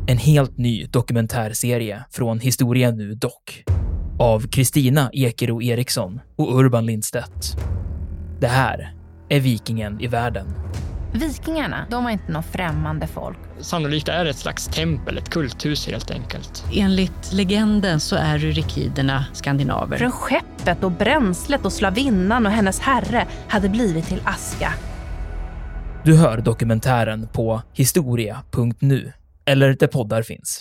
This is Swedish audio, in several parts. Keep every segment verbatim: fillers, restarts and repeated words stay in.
En helt ny dokumentärserie från Historia Nu Dock av Kristina Ekero Eriksson och Urban Lindstedt. Det här är Vikingen i världen. Vikingarna, de var inte något främmande folk. Sannolikt är det ett slags tempel, ett kulthus helt enkelt. Enligt legenden så är rykiderna skandinaver. Från skeppet och bränslet och slavinnan och hennes herre hade blivit till aska. Du hör dokumentären på historia punkt nu eller där poddar finns.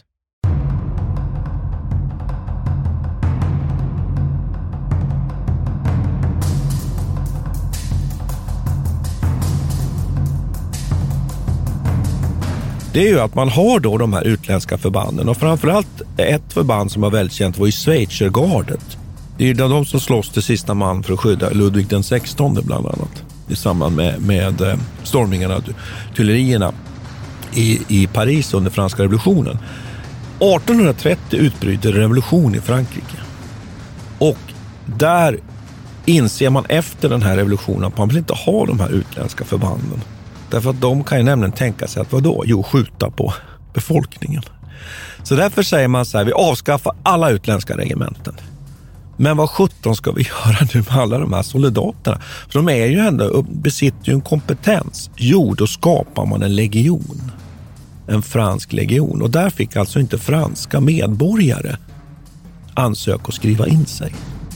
Det är ju att man har då de här utländska förbanden, och framförallt ett förband som var väldigt känt var ju Schweizergardet. Det är ju de som slåss till sista man för att skydda Ludvig den sextonde bland annat i samband med, med stormningarna, tullerierna i, i Paris under franska revolutionen. arton trettio utbryter revolution i Frankrike, och där inser man efter den här revolutionen att man vill inte ha de här utländska förbanden. Därför att de kan ju nämligen tänka sig att vadå? Jo, skjuta på befolkningen. Så därför säger man så här, vi avskaffar alla utländska regementen. Men vad sjutton ska vi göra nu med alla de här soldaterna? För de är ju ändå, besitter ju en kompetens. Jo, då skapar man en legion. En fransk legion. Och där fick alltså inte franska medborgare ansöka och skriva in sig.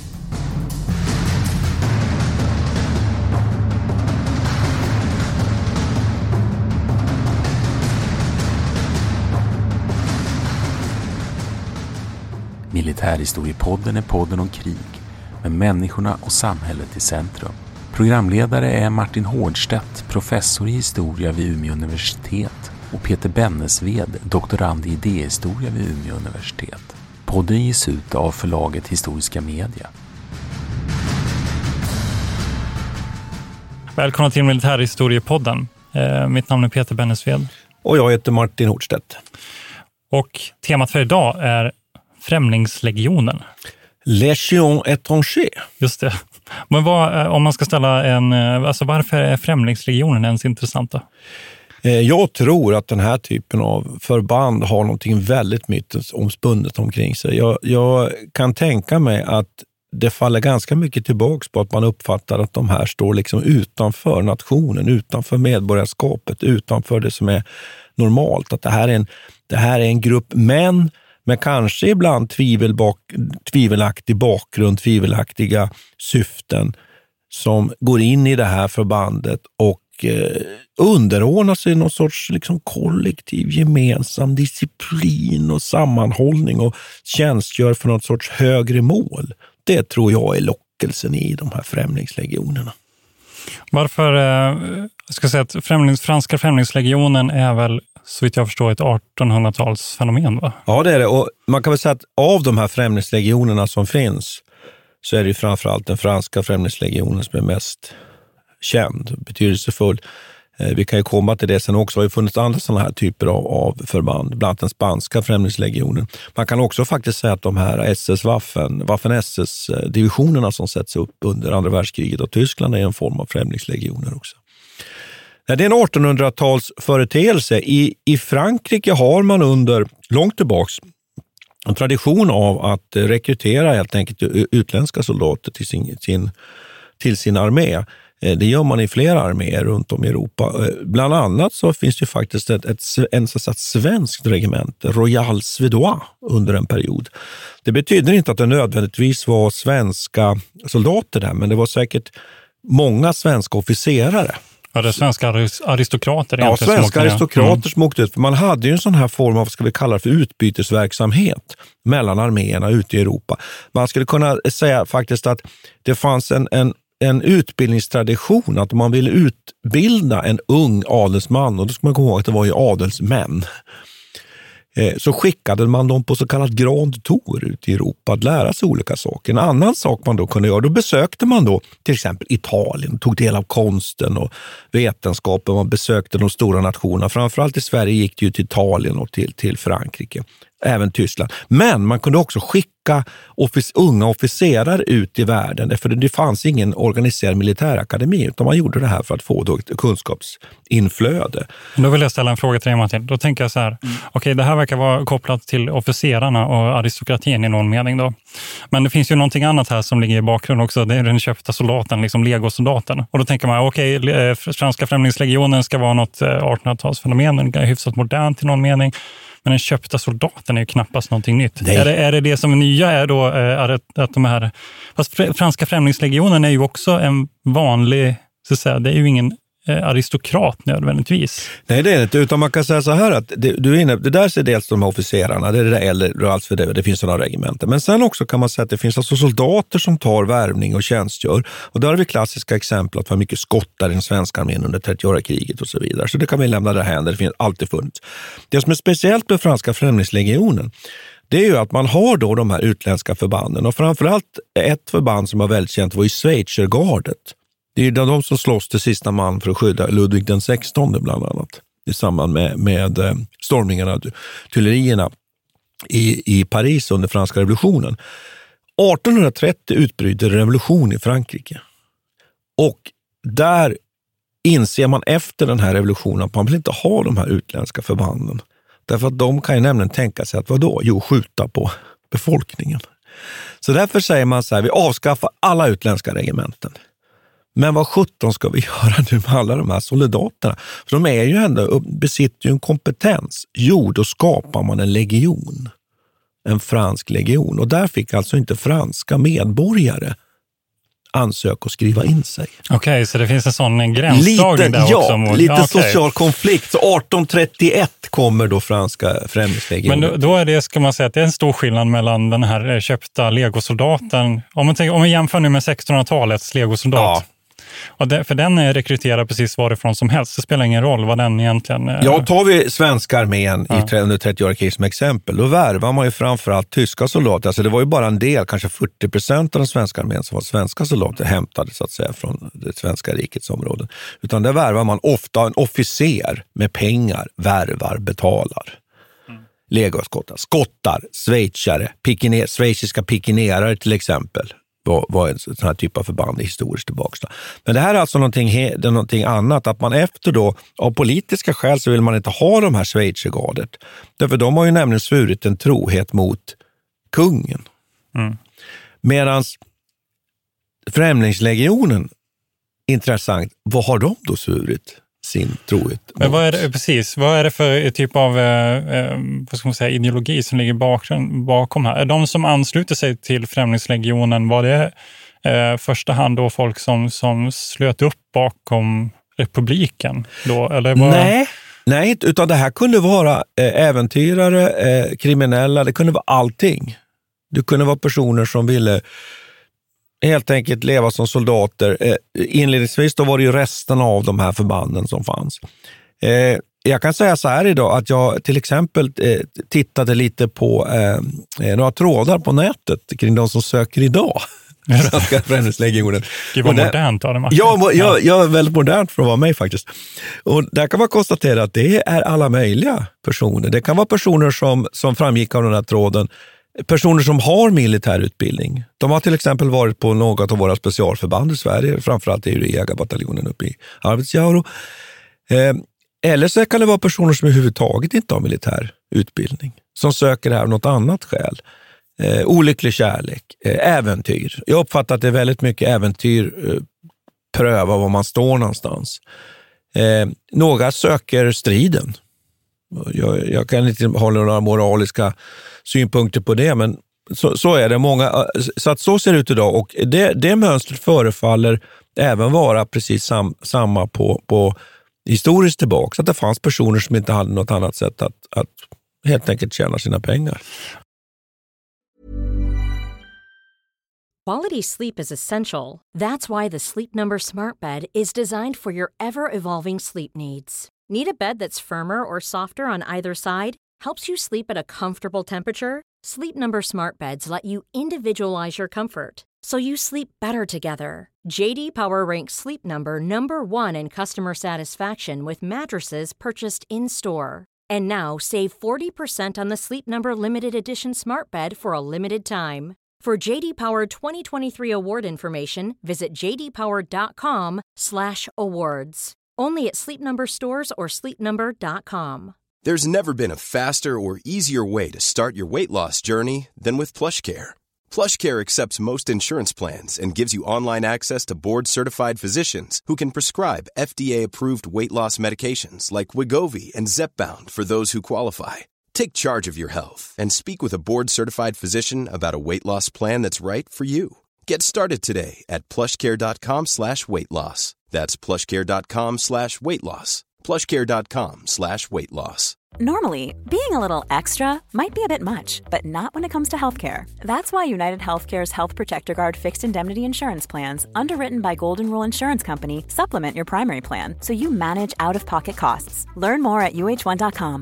Militärhistoriepodden är podden om krig med människorna och samhället i centrum. Programledare är Martin Hårdstedt, professor i historia vid Umeå universitet, och Peter Bennesved, doktorand i idéhistoria vid Umeå universitet. Podden ges ut av förlaget Historiska Media. Välkomna till Militärhistoriepodden. Eh, mitt namn är Peter Bennesved. Och jag heter Martin Hårdstedt. Och temat för idag är Främlingslegionen. Légion étrangère. Just det. Men vad, om man ska ställa en, alltså varför är Främlingslegionen ens intressanta? Jag tror att den här typen av förband har någonting väldigt mytomspunnet omkring sig. Jag, jag kan tänka mig att det faller ganska mycket tillbaks på att man uppfattar att de här står liksom utanför nationen, utanför medborgarskapet, utanför det som är normalt. Att det här är en, det här är en grupp män med kanske ibland tvivelbak, tvivelaktig bakgrund, tvivelaktiga syften som går in i det här förbandet och eh, underordnar sig någon sorts liksom kollektiv gemensam disciplin och sammanhållning och tjänstgör för något sorts högre mål. Det tror jag är lockelsen i de här främlingslegionerna. Varför, eh, jag ska säga att främlings, franska främlingslegionen är väl så vitt jag förstår ett artonhundratalsfenomen, va? Ja, det är det. Och man kan väl säga att av de här främlingslegionerna som finns så är det ju framförallt den franska främlingslegionen som är mest känd, betydelsefull. Vi kan ju komma till det sen också. Det har ju funnits andra sådana här typer av, av förband, bland annat den spanska främlingslegionen. Man kan också faktiskt säga att de här S S-Waffen, Waffen-S S-divisionerna som sätts upp under andra världskriget och Tyskland är en form av främlingslegioner också. Det är en artonhundratals företeelse. I, I Frankrike har man under långt tillbaks en tradition av att rekrytera helt enkelt utländska soldater till sin, sin, till sin armé. Det gör man i flera arméer runt om i Europa. Bland annat så finns det ju faktiskt ett, ett, en så att svenskt regemente, Royal Suédois, under en period. Det betyder inte att det nödvändigtvis var svenska soldater där, men det var säkert många svenska officerare. Ja, det är svenska aristokrater. Ja, svenska aristokrater som åkte ut. För man hade ju en sån här form av, vad ska vi kalla det för, utbytesverksamhet mellan arméerna ute i Europa. Man skulle kunna säga faktiskt att det fanns en, en, en utbildningstradition, att man ville utbilda en ung adelsman, och då ska man komma ihåg att det var ju adelsmän. Så skickade man dem på så kallat grand tour ut i Europa att lära sig olika saker. En annan sak man då kunde göra, då besökte man då till exempel Italien, tog del av konsten och vetenskapen, man besökte de stora nationerna. Framförallt i Sverige gick det ju till Italien och till, till Frankrike. även Tyskland. Men man kunde också skicka offic- unga officerare ut i världen, för det fanns ingen organiserad militärakademi, utan man gjorde det här för att få då ett kunskapsinflöde. Då vill jag ställa en fråga till dig, Martin. Då tänker jag så här, mm. okej, okay, det här verkar vara kopplat till officerarna och aristokratin i någon mening då. Men det finns ju någonting annat här som ligger i bakgrunden också. Det är den köpta soldaten, liksom legosoldaten. Och då tänker man, okej, okay, franska främlingslegionen ska vara något artonhundratalsfenomen, hyfsat modernt i någon mening. Men den köpta soldaten är ju knappast någonting nytt. Är det, är det det som är nya är då är att, att de här... Fast franska främlingslegionen är ju också en vanlig, så att säga, det är ju ingen aristokrat nödvändigtvis. Nej, det är inte, utan man kan säga så här att det, du är inne, det där ser dels de här officerarna, det är det där äldre, alltså det, det finns sådana regementen. Men sen också kan man säga att det finns alltså soldater som tar värvning och tjänstgör. Och där har vi klassiska exempel att var mycket skottar i den svenska armén under trettioåriga kriget och så vidare. Så det kan vi lämna det här, det finns alltid funnits. Det som är speciellt med franska främlingslegionen, det är ju att man har då de här utländska förbanden. Och framförallt ett förband som var väldigt känt var ju Schweizergardet. Det är de som slåss till sista man för att skydda Ludvig den sextonde bland annat. I samband med, med stormningarna, tullerierna i, i Paris under franska revolutionen. arton trettio utbryter revolution i Frankrike. Och där inser man efter den här revolutionen att man vill inte ha de här utländska förbanden. Därför att de kan ju nämligen tänka sig att vadå? Jo, skjuta på befolkningen. Så därför säger man så här, vi avskaffar alla utländska regementen. Men vad sjutton ska vi göra nu med alla de här soldaterna? För de är ju ändå, besitter ju en kompetens. Jo, då skapar man en legion. En fransk legion. Och där fick alltså inte franska medborgare ansöka och skriva in sig. Okej, okay, så det finns en sån gränsdragning lite, där ja, också? Mot, lite okay. social konflikt. Så arton trettioett kommer då franska främlingslegionen. Men då, då är det, ska man säga, att det är en stor skillnad mellan den här köpta legosoldaten. Om man, tänker, om man jämför nu med sextonhundratalets legosoldat. Ja. Och det, för den är rekryterad precis varifrån som helst. Det spelar ingen roll vad den egentligen... Ja, tar vi svenska armén ja. i under trettioåriga krig som exempel, då värvar man ju framförallt tyska soldater. Alltså det var ju bara en del, kanske fyrtio procent av den svenska armén som var svenska soldater hämtade så att säga från det svenska rikets områden. Utan där värvar man ofta en officer med pengar, värvar, betalar. Mm. Legoskottar, skottar, schweizare, pikiner, schweiziska pikinerare till exempel. Var, var en sån här typ av förband historiskt tillbaka. Men det här är alltså någonting, det är någonting annat. Att man efter då, av politiska skäl så vill man inte ha de här Schweizergardet. Därför de har ju nämligen svurit en trohet mot kungen. Mm. Medan Främlingslegionen, intressant, vad har de då svurit sin trohet mot? Men vad är det, precis, vad är det för typ av eh, vad ska man säga, ideologi som ligger bakom, bakom här? Är de som ansluter sig till Främlingslegionen, var det eh, första hand då folk som, som slöt upp bakom republiken? Då, eller var... Nej, nej, utan det här kunde vara eh, äventyrare, eh, kriminella, det kunde vara allting. Det kunde vara personer som ville helt enkelt leva som soldater. Eh, inledningsvis då var det ju resten av de här förbanden som fanns. Eh, jag kan säga så här idag att jag till exempel eh, tittade lite på eh, några trådar på nätet kring de som söker idag. Svenska Främlingslegionen. Det var modernt av det, Martin. Ja, jag, jag är väldigt modernt för att vara mig faktiskt. Och där kan man konstatera att det är alla möjliga personer. Det kan vara personer som, som framgick av den här tråden. Personer som har militärutbildning. De har till exempel varit på något av våra specialförband i Sverige. Framförallt är det jägarbataljonen uppe i Arvidsjaur. Eh, eller så kan det vara personer som överhuvudtaget inte har militärutbildning. Som söker det här av något annat skäl. Eh, olycklig kärlek, eh, äventyr. Jag uppfattar att det är väldigt mycket äventyr. Eh, pröva var man står någonstans. Eh, några söker striden. Jag, jag kan inte hålla några moraliska synpunkter på det, men så, så är det många. Så att så ser det ut idag, och det, det mönstret förefaller även vara precis sam, samma på, på historiskt tillbaka. Så att det fanns personer som inte hade något annat sätt att, att helt enkelt tjäna sina pengar. Quality sleep is essential. That's why the Sleep Number Smart Bed is designed for your ever-evolving sleep needs. Need a bed that's firmer or softer on either side? Helps you sleep at a comfortable temperature? Sleep Number Smart Beds let you individualize your comfort, so you sleep better together. J D Power ranks Sleep Number number one in customer satisfaction with mattresses purchased in-store. And now save forty percent on the Sleep Number limited edition smart bed for a limited time. For J D Power twenty twenty-three award information, visit j d power dot com slash awards. Only at Sleep Number stores or sleep number dot com. There's never been a faster or easier way to start your weight loss journey than with PlushCare. PlushCare accepts most insurance plans and gives you online access to board-certified physicians who can prescribe F D A-approved weight loss medications like Wegovy and Zepbound for those who qualify. Take charge of your health and speak with a board-certified physician about a weight loss plan that's right for you. Get started today at plushcare.com slash weight loss. That's plushcare.com slash weight loss. plushcare.com slash weight loss. Normally, being a little extra might be a bit much, but not when it comes to healthcare. That's why United Healthcare's Health Protector Guard fixed indemnity insurance plans, underwritten by Golden Rule Insurance Company, supplement your primary plan so you manage out-of-pocket costs. Learn more at u h one dot com.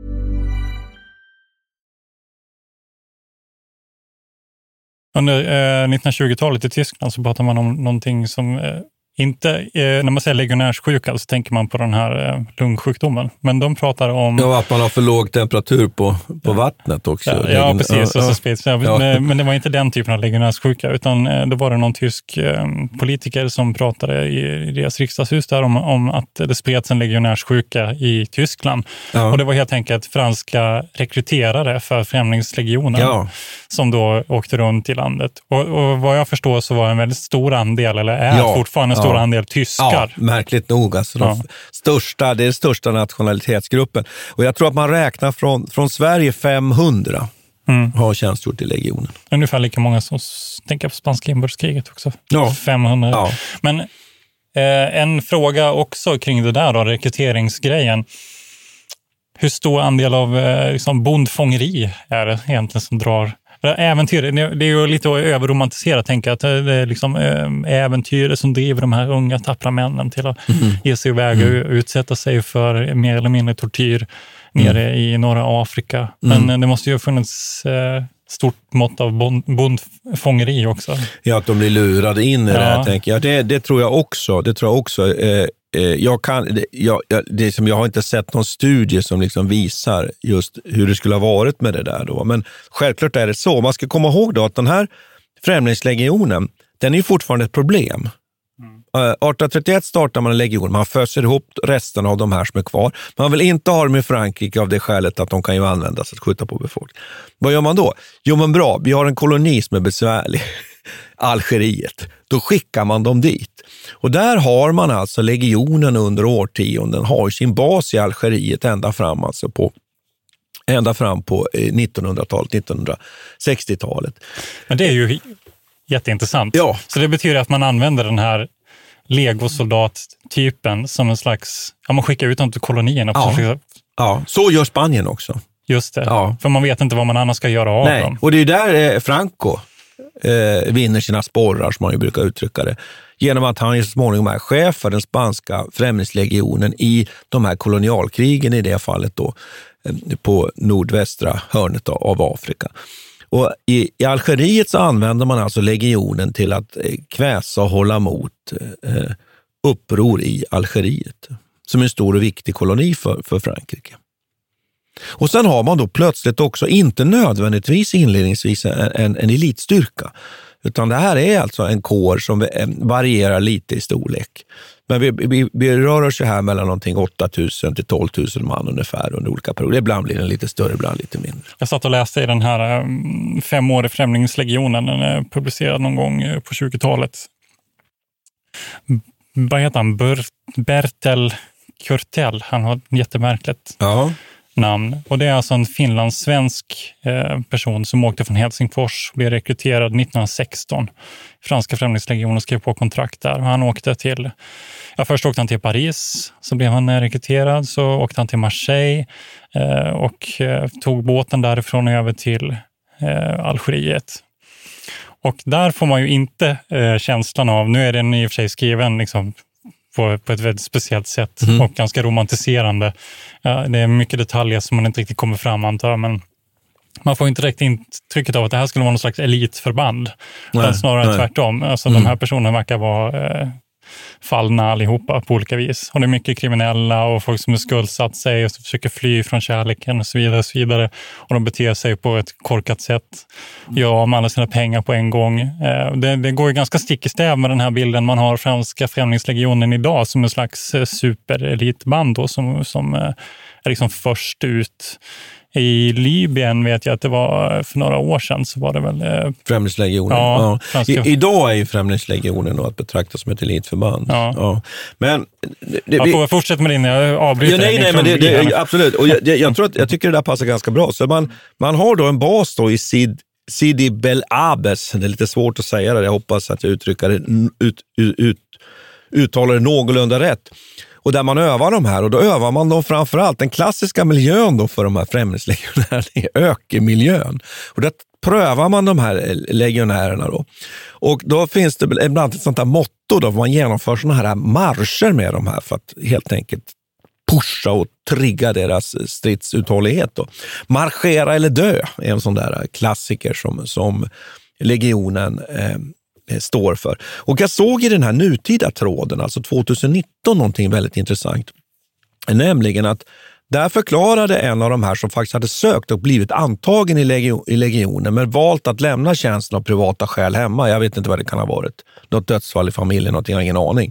Under eh, nittonhundratjugotalet i Tyskland så pratar man om någonting som eh, inte, eh, när man säger legionärssjuka så tänker man på den här eh, lungsjukdomen. Men de pratar om... Ja, att man har för låg temperatur på, på vattnet också. Ja, ja precis. Ja, och så spets, ja. Ja. Men det var inte den typen av legionärssjuka, utan eh, då var det någon tysk eh, politiker som pratade i, i deras riksdagshus där om, om att det spreds en legionärssjuka i Tyskland. Ja. Och det var helt enkelt franska rekryterare för främlingslegionen ja. som då åkte runt i landet. Och, och vad jag förstår så var en väldigt stor andel, eller är ja. fortfarande en stor ja. andel tyskar. Ja, märkligt nog. Alltså de ja. största, det är den största nationalitetsgruppen. Och jag tror att man räknar från, från Sverige femhundra mm. har tjänstgjort i legionen. Ungefär lika många som tänker på spanska inbördeskriget också. Ja. femhundra. Ja. Men eh, en fråga också kring det där då, rekryteringsgrejen. Hur stor andel av eh, liksom bondfångeri är det egentligen som drar äventyr? Det är ju lite överromantiserat, tänka att det är liksom äventyr som driver de här unga tappra männen till att mm. ge sig iväg och mm. utsätta sig för mer eller mindre tortyr nere mm. i norra Afrika. Men mm. det måste ju ha funnits eh, stort mått av bondfångeri också. Ja, att de blir lurade in i ja. det här, tänker jag. Det, det tror jag också. Det tror jag också. Eh, Jag, kan, jag, det som jag har inte sett någon studie som liksom visar just hur det skulle ha varit med det där då. Men självklart är det så. Man ska komma ihåg då att den här främlingslegionen, den är ju fortfarande ett problem. Mm. arton trettioett startar man en legion. Man föser ihop resten av de här som är kvar. Man vill inte ha dem i Frankrike av det skälet att de kan ju användas att skjuta på befolkningen. Vad gör man då? Jo men bra, vi har en koloni som är besvärlig. Algeriet. Då skickar man dem dit. Och där har man alltså legionen under årtionden, har sin bas i Algeriet ända fram alltså på ända fram på nittonhundratalet, nittonhundrasextiotalet. Men det är ju jätteintressant. Ja. Så det betyder att man använder den här legosoldattypen som en slags, ja, man skickar ut dem till kolonierna. Ja. Försöka... ja, så gör Spanien också. Just det, ja. För man vet inte vad man annars ska göra av Nej. dem. Och det är ju där eh, Franco eh, vinner sina sporrar, som man ju brukar uttrycka det. Genom att han så småningom är chef för den spanska främlingslegionen i de här kolonialkrigen, i det fallet då eh, på nordvästra hörnet av Afrika. Och i, i Algeriet så använder man alltså legionen till att eh, kväsa och hålla mot eh, uppror i Algeriet, som är en stor och viktig koloni för, för Frankrike. Och sen har man då plötsligt också inte nödvändigtvis inledningsvis en, en, en elitstyrka, utan det här är alltså en kår som varierar lite i storlek. Men vi, vi, vi rör oss här mellan någonting åtta tusen till tolv tusen man ungefär under olika perioder. Ibland blir den lite större, ibland lite mindre. Jag satt och läste i den här um, femåriga främlingslegionen, den är publicerad någon gång på tjugotalet. Vad heter han? Bert, Bertel Kurtel. Han har ett jättemärkligt ja. namn. Och det är alltså en finlandssvensk eh, person som åkte från Helsingfors och blev rekryterad nittonhundrasexton. Franska främlingslegionen skrev på kontrakt där. Och han åkte till, ja, först åkte han till Paris, så blev han rekryterad. Så åkte han till Marseille eh, och eh, tog båten därifrån över till eh, Algeriet. Och där får man ju inte eh, känslan av, nu är den i och för sig skriven liksom På, på ett väldigt speciellt sätt mm. och ganska romantiserande. Ja, det är mycket detaljer som man inte riktigt kommer fram, antar, men man får inte direkt intrycket av att det här skulle vara någon slags elitförband. Nej, snarare nej. tvärtom. Alltså, mm. De här personerna verkar vara eh, fallna allihopa på olika vis. Och det är mycket kriminella och folk som är skuldsatt sig och försöker fly från kärleken och så vidare. Och, så vidare. Och de beter sig på ett korkat sätt. Gör av med alla sina pengar på en gång. Det, det går ju ganska stick i stäv med den här bilden man har franska främlingslegionen idag som en slags superelitband då, som, som är liksom först ut. I Libyen vet jag att det var för några år sedan så var det väl... Eh, Främlingslegionen. Ja, ja. I, idag är ju Främlingslegionen att betrakta som ett elitförband. Ja. Ja. Men... Det, det, jag får fortsätta med din, jag avbryter. Ja, nej, nej, men det, det, absolut. Och jag, jag, tror att, jag tycker det där passar ganska bra. Så man, man har då en bas då i Sid, Sidi Bel Abbes. Det är lite svårt att säga det. Jag hoppas att jag uttrycker det, ut, ut, ut, uttalar det någorlunda rätt. Och där man övar de här, och då övar man då framförallt den klassiska miljön då för de här främlingslegionärerna är ökenmiljön. Och där prövar man de här legionärerna då. Och då finns det ibland ett sånt här motto då, man genomför såna här marscher med de här för att helt enkelt pusha och trigga deras stridsuthållighet då. Marschera eller dö är en sån där klassiker som, som legionen eh, står för. Och jag såg i den här nutida tråden, alltså tjugonitton, någonting väldigt intressant. Nämligen att där förklarade en av de här som faktiskt hade sökt och blivit antagen i, legion, i legionen men valt att lämna tjänsten av privata skäl hemma. Jag vet inte vad det kan ha varit. Något dödsfall i familjen, någonting, jag har ingen aning.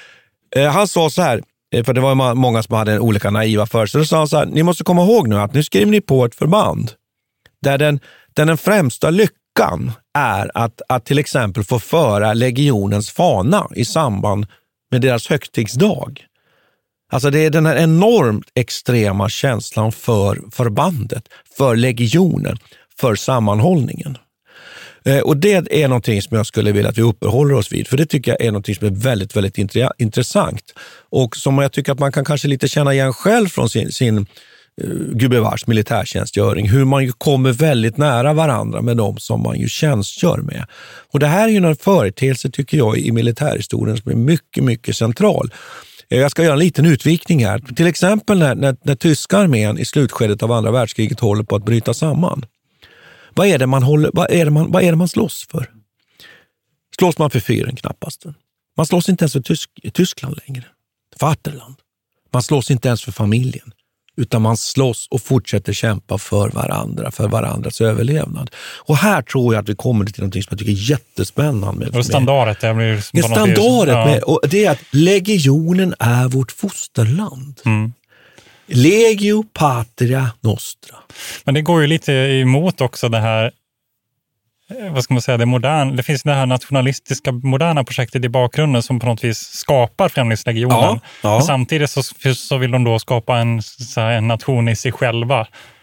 Eh, han sa så här, för det var många som hade olika naiva för sig. Så sa han så här, ni måste komma ihåg nu att nu skriver ni på ett förband där den, där den främsta lyckan är att, att till exempel få föra legionens fana i samband med deras högtidsdag. Alltså det är den här enormt extrema känslan för förbandet, för legionen, för sammanhållningen. Eh, och det är någonting som jag skulle vilja att vi uppehåller oss vid, för det tycker jag är någonting som är väldigt, väldigt intre- intressant. Och som jag tycker att man kan kanske lite känna igen själv från sin, sin gubevars militärtjänstgöring, hur man ju kommer väldigt nära varandra med dem som man ju tjänstgör med. Och det här är ju en företeelse tycker jag i militärhistorien som är mycket, mycket central. Jag ska göra en liten utvikning här. Till exempel när, när, när tyska armén i slutskedet av andra världskriget håller på att bryta samman. Vad är det man, håller, vad är det man, vad är det man slåss för? Slåss man för fyren knappast? Man slåss inte ens för Tysk, Tyskland längre. Vaterland. Man slåss inte ens för familjen. Utan man slåss och fortsätter kämpa för varandra, för varandras överlevnad. Och här tror jag att vi kommer till något som jag tycker är jättespännande. Med, och standardet, det blir med standardet ja. med, och det är att legionen är vårt fosterland. Mm. Legio patria nostra. Men det går ju lite emot också det här, vad ska man säga, det moderna, det finns det här nationalistiska moderna projektet i bakgrunden som på något vis skapar främlingslegionen. Ja, ja. Men samtidigt så, så vill de då skapa en, så här, en nation i sig själva.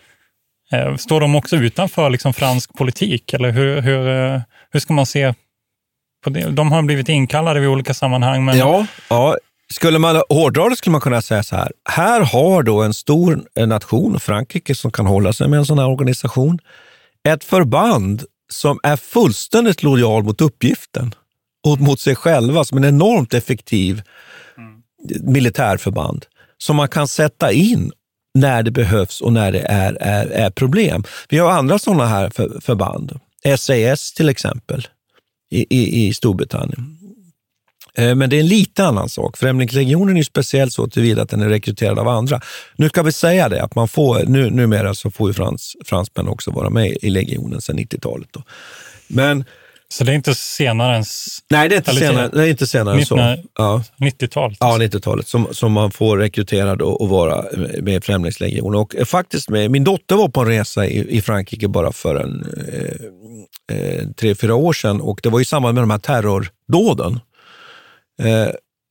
Eh, står de också utanför liksom fransk politik? Eller hur, hur, hur ska man se på det? De har blivit inkallade i olika sammanhang. Men... Ja, ja. Skulle man hårdra det skulle man kunna säga så här. Här har då en stor nation, Frankrike, som kan hålla sig med en sån här organisation. Ett förband som är fullständigt lojal mot uppgiften och mot sig själva, som en enormt effektiv mm. militärförband som man kan sätta in när det behövs och när det är, är, är problem. Vi har andra sådana här för, förband. S A S till exempel i, i, i Storbritannien. Men det är en lite annan sak. Främlingslegionen är ju speciellt så tillvida att den är rekryterad av andra. Nu ska vi säga det, att man får, nu, numera så får ju frans, fransmän också vara med i legionen sedan nittiotalet. Då. Men, så det är inte senare än... Nej, det är inte senare, det är inte senare än så. Ja. nittiotalet? Ja, nittiotalet som, som man får rekryterad och, och vara med Främlingslegionen. Och faktiskt, med, min dotter var på en resa i, i Frankrike bara för en eh, eh, tre, fyra år sedan. Och det var i samband med de här terrordåden. Eh,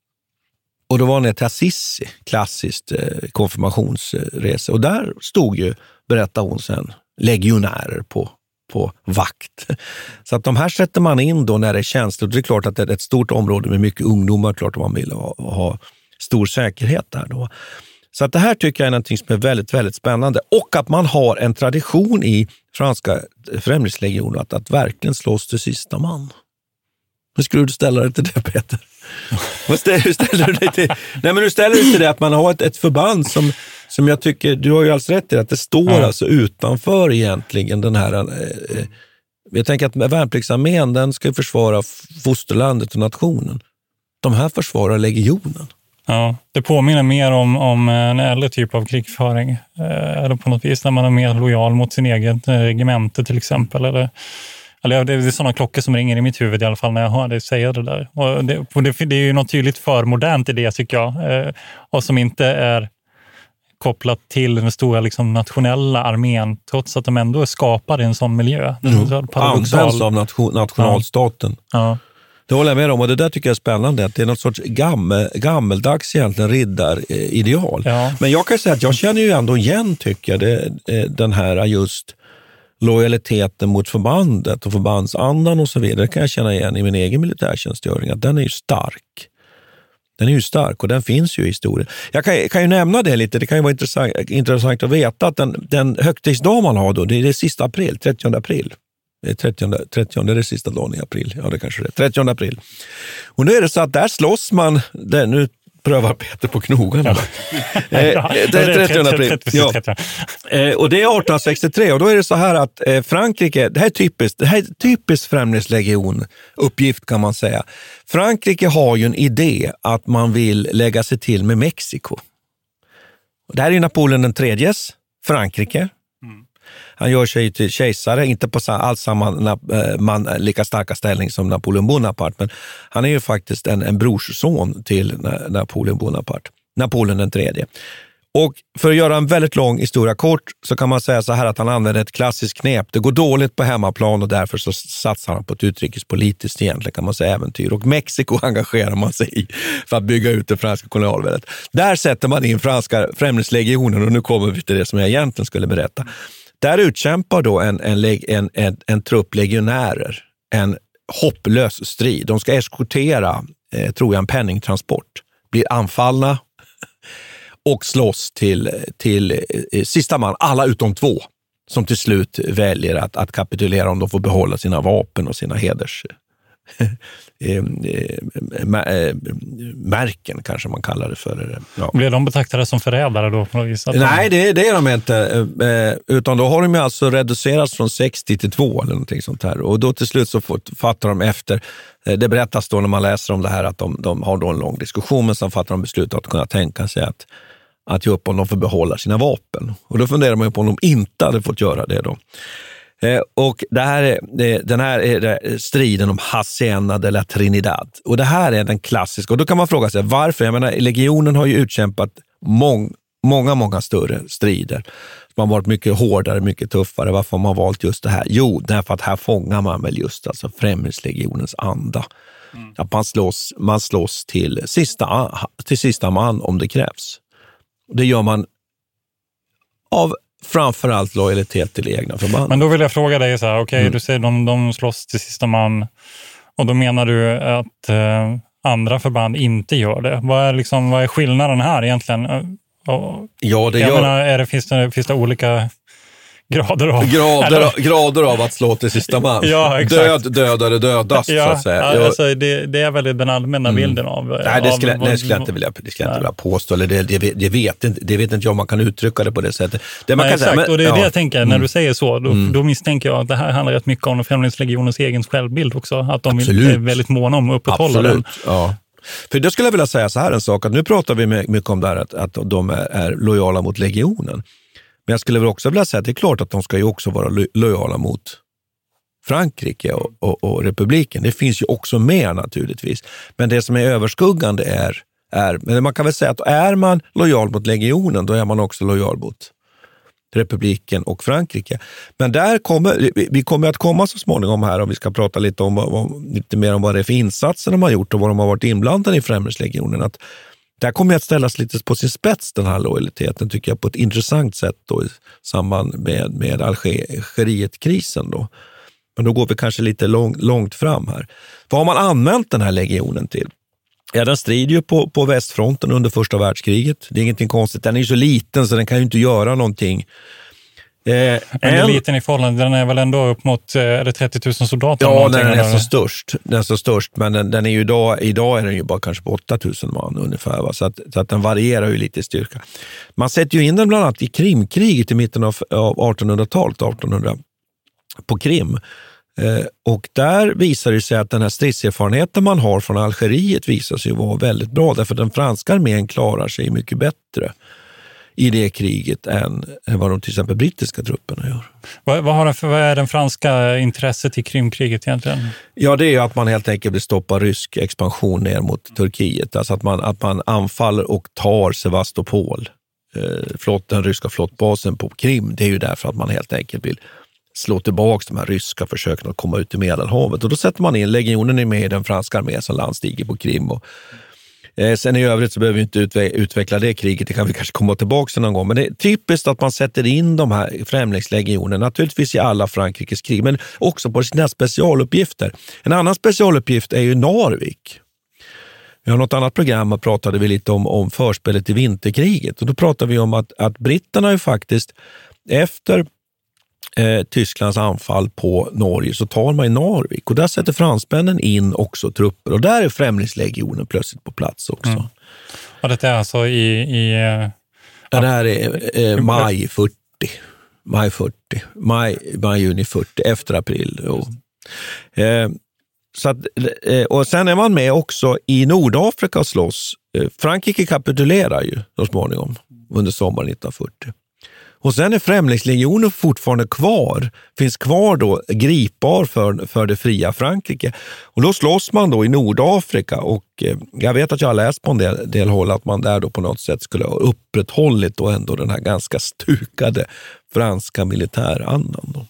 och då var det till Assisi, klassiskt eh, konfirmationsresa. Och där stod ju, berättade hon sen, legionärer på, på vakt. Så att de här sätter man in då när det är tjänster. Det är klart att det är ett stort område med mycket ungdomar, klart att man vill ha, ha stor säkerhet där då. Så att det här tycker jag är någonting som är väldigt, väldigt spännande. Och att man har en tradition i franska främlingslegioner att, att verkligen slåss till sista man. Hur skulle du ställa dig till det, Peter? Hur ställer du dig till? Nej, men hur ställer du dig till det att man har ett, ett förband som, som jag tycker, du har ju alls rätt i att det står ja. alltså utanför egentligen den här, eh, jag tänker att värnpliktsarmén, den ska försvara fosterlandet och nationen. de här försvarar legionen. Ja, det påminner mer om, om en äldre typ av krigföring. Eh, eller på något vis när man är mer lojal mot sin egen regemente till exempel. Eller, eller det är sådana klockor som ringer i mitt huvud i alla fall när jag hör dig säga det där. Och det, och det, det är ju något tydligt för modernt i det tycker jag. Eh, och som inte är kopplat till den stora liksom, nationella armén trots att de ändå är skapade i en sån miljö. Mm. Används av nation, nationalstaten. Ja. Ja. Det håller jag med om och det där tycker jag är spännande. Att det är något sorts gammel, gammeldags egentligen riddarideal. Ja. Men jag kan säga att jag känner ju ändå igen tycker jag det, den här just lojaliteten mot förbandet och förbandsandan och så vidare. Det kan jag känna igen i min egen militärtjänstgöring. Att den är ju stark. Den är ju stark och den finns ju i historien. Jag kan, kan ju nämna det lite. Det kan ju vara intressant, intressant att veta att den, den högtidsdag man har då, det är det sista april, trettionde april. Det är trettionde, trettionde är det sista dagen i april. Ja, det kanske det är. trettionde april. Och nu är det så att där slåss man, där, nu prövar Peter på knogarna. Ja. eh, det är trettionde april. Ja. Eh, och det är arton sextiotre och då är det så här att eh, Frankrike, det här är typiskt, det här är typiskt Främlingslegion uppgift kan man säga. Frankrike har ju en idé att man vill lägga sig till med Mexiko. Det här är Napoleon den tredjes Frankrike. Han gör sig till kejsare, inte på alls samma man, lika starka ställning som Napoleon Bonaparte, men han är ju faktiskt en, en brorsson till Napoleon Bonaparte, Napoleon den tredje. Och för att göra en väldigt lång historia kort så kan man säga så här att han använder ett klassiskt knep. Det går dåligt på hemmaplan och därför så satsar han på ett utrikespolitiskt egentligen kan man säga äventyr. Och Mexiko engagerar man sig i för att bygga ut det franska kolonialväldet. Där sätter man in franska främlingslegionen och nu kommer vi till det som jag egentligen skulle berätta. Där utkämpar då en, en, en, en, en trupp legionärer en hopplös strid. De ska eskortera, eh, tror jag, en penningtransport. Blir anfallna och slåss till, till eh, sista man, alla utom två. Som till slut väljer att, att kapitulera om de får behålla sina vapen och sina heders... märken kanske man kallar det för. Ja. Blev de betraktade som förrädare då på något vis? Nej, det, det är de inte. Utan då har de ju alltså reducerats från sextio till två eller någonting sånt här. Och då till slut så fattar de efter, det berättas då när man läser om det här att de, de har då en lång diskussion men sen fattar de beslut att kunna tänka sig att, att ge upp om de får behålla sina vapen. Och då funderar man ju på om de inte hade fått göra det då. Och det här är, den här är striden om Hacienda de la Trinidad. Och det här är den klassiska. Och då kan man fråga sig varför. Jag menar, legionen har ju utkämpat mång, många, många större strider. Man har varit mycket hårdare, mycket tuffare. Varför har man valt just det här? Jo, därför att här fångar man väl just alltså främlingslegionens anda. Mm. Att man slåss, man slåss till, sista, till sista man om det krävs. Det gör man av framförallt lojalitet till egna förband. Men då vill jag fråga dig så här, okej, okay, mm. du säger de, de slåss till sista man och då menar du att eh, andra förband inte gör det. Vad är, liksom, vad är skillnaden här egentligen? Och, ja, det jag gör... menar, är det, finns, det, finns det olika grader av... Grader, av, grader av att slå till sista man. Ja, exakt. Död, dödare, dödast ja, så att säga. Ja, alltså, det, det är väl den allmänna mm. bilden av... Nej, det skulle, av, nej, det skulle jag inte vilja, det skulle jag inte vilja påstå. Eller det, det, det, vet inte, det vet inte jag om man kan uttrycka det på det sättet. Det man nej, kan exakt, säga, men, och det är ja. det jag tänker. När mm. du säger så, då, mm. då misstänker jag att det här handlar rätt mycket om Främlingslegionens egen självbild också. Att de Absolut. är väldigt måna om att upprätthålla Absolut. den. Ja. För då skulle jag vilja säga så här en sak. Att nu pratar vi mycket om det här att, att de är, är lojala mot legionen. Men jag skulle väl också vilja säga att det är klart att de ska ju också vara lo- lojala mot Frankrike och, och, och republiken. Det finns ju också med naturligtvis. Men det som är överskuggande är, är, men man kan väl säga att är man lojal mot legionen, då är man också lojal mot republiken och Frankrike. Men där kommer, vi kommer att komma så småningom här och vi ska prata lite, om, om, lite mer om vad det är för insatser de har gjort och vad de har varit inblandade i Främlingslegionen. Att där kommer att ställas lite på sin spets den här lojaliteten tycker jag på ett intressant sätt då, i samband med, med Algerietkrisen då. Men då går vi kanske lite lång, långt fram här. Vad har man använt den här legionen till? Ja, den strider ju på, på västfronten under första världskriget. Det är ingenting konstigt. Den är ju så liten så den kan ju inte göra någonting. Eh, men den är liten i förhållande, den är väl ändå upp mot är det trettio tusen soldater? Ja, den är så störst. Den är så störst, men den, den är ju idag, idag är den ju bara kanske på åtta tusen man ungefär. Va? Så, att, så att den varierar ju lite i styrka. Man sätter ju in den bland annat i Krimkriget i mitten av, av artonhundratalet, artonhundra på Krim. Eh, och där visar det sig att den här stridserfarenheten man har från Algeriet visar sig vara väldigt bra, därför att den franska armén klarar sig mycket bättre i det kriget än vad de till exempel brittiska trupperna gör. Vad, vad, har det för, vad är den franska intresset i Krimkriget egentligen? Ja, det är att man helt enkelt vill stoppa rysk expansion ner mot Turkiet. Alltså att man, att man anfaller och tar Sevastopol, eh, flott, den ryska flottbasen på Krim. Det är ju därför att man helt enkelt vill slå tillbaka de här ryska försöken att komma ut i Medelhavet. Och då sätter man in, legionen är med i den franska armén som landstiger på Krim. Och eh, sen i övrigt så behöver vi inte utve- utveckla det kriget, det kan vi kanske komma tillbaka till någon gång. Men det är typiskt att man sätter in de här främlingslegionerna, naturligtvis i alla Frankrikes krig, men också på sina specialuppgifter. En annan specialuppgift är ju Narvik. Vi har något annat program och pratade vi lite om, om förspelet i vinterkriget. Och då pratade vi om att, att britterna ju faktiskt efter Eh, Tysklands anfall på Norge så tar man i Narvik, och där sätter fransmännen in också trupper, och där är främlingslegionen plötsligt på plats också. Mm. Och det är alltså i... i ja, det här är eh, maj fyrtio. Maj fyrtio. Maj, maj, juni fyrtio, efter april. Och, eh, så att, eh, och sen är man med också i Nordafrika och slåss. Eh, Frankrike kapitulerar ju så småningom under sommaren nittonhundrafyrtio. Och sen är främlingslegionen fortfarande kvar, finns kvar då gripbar för, för det fria Frankrike. Och då slåss man då i Nordafrika, och eh, jag vet att jag har läst på en del, del håll att man där då på något sätt skulle ha upprätthållit då ändå den här ganska stukade franska militärandan då.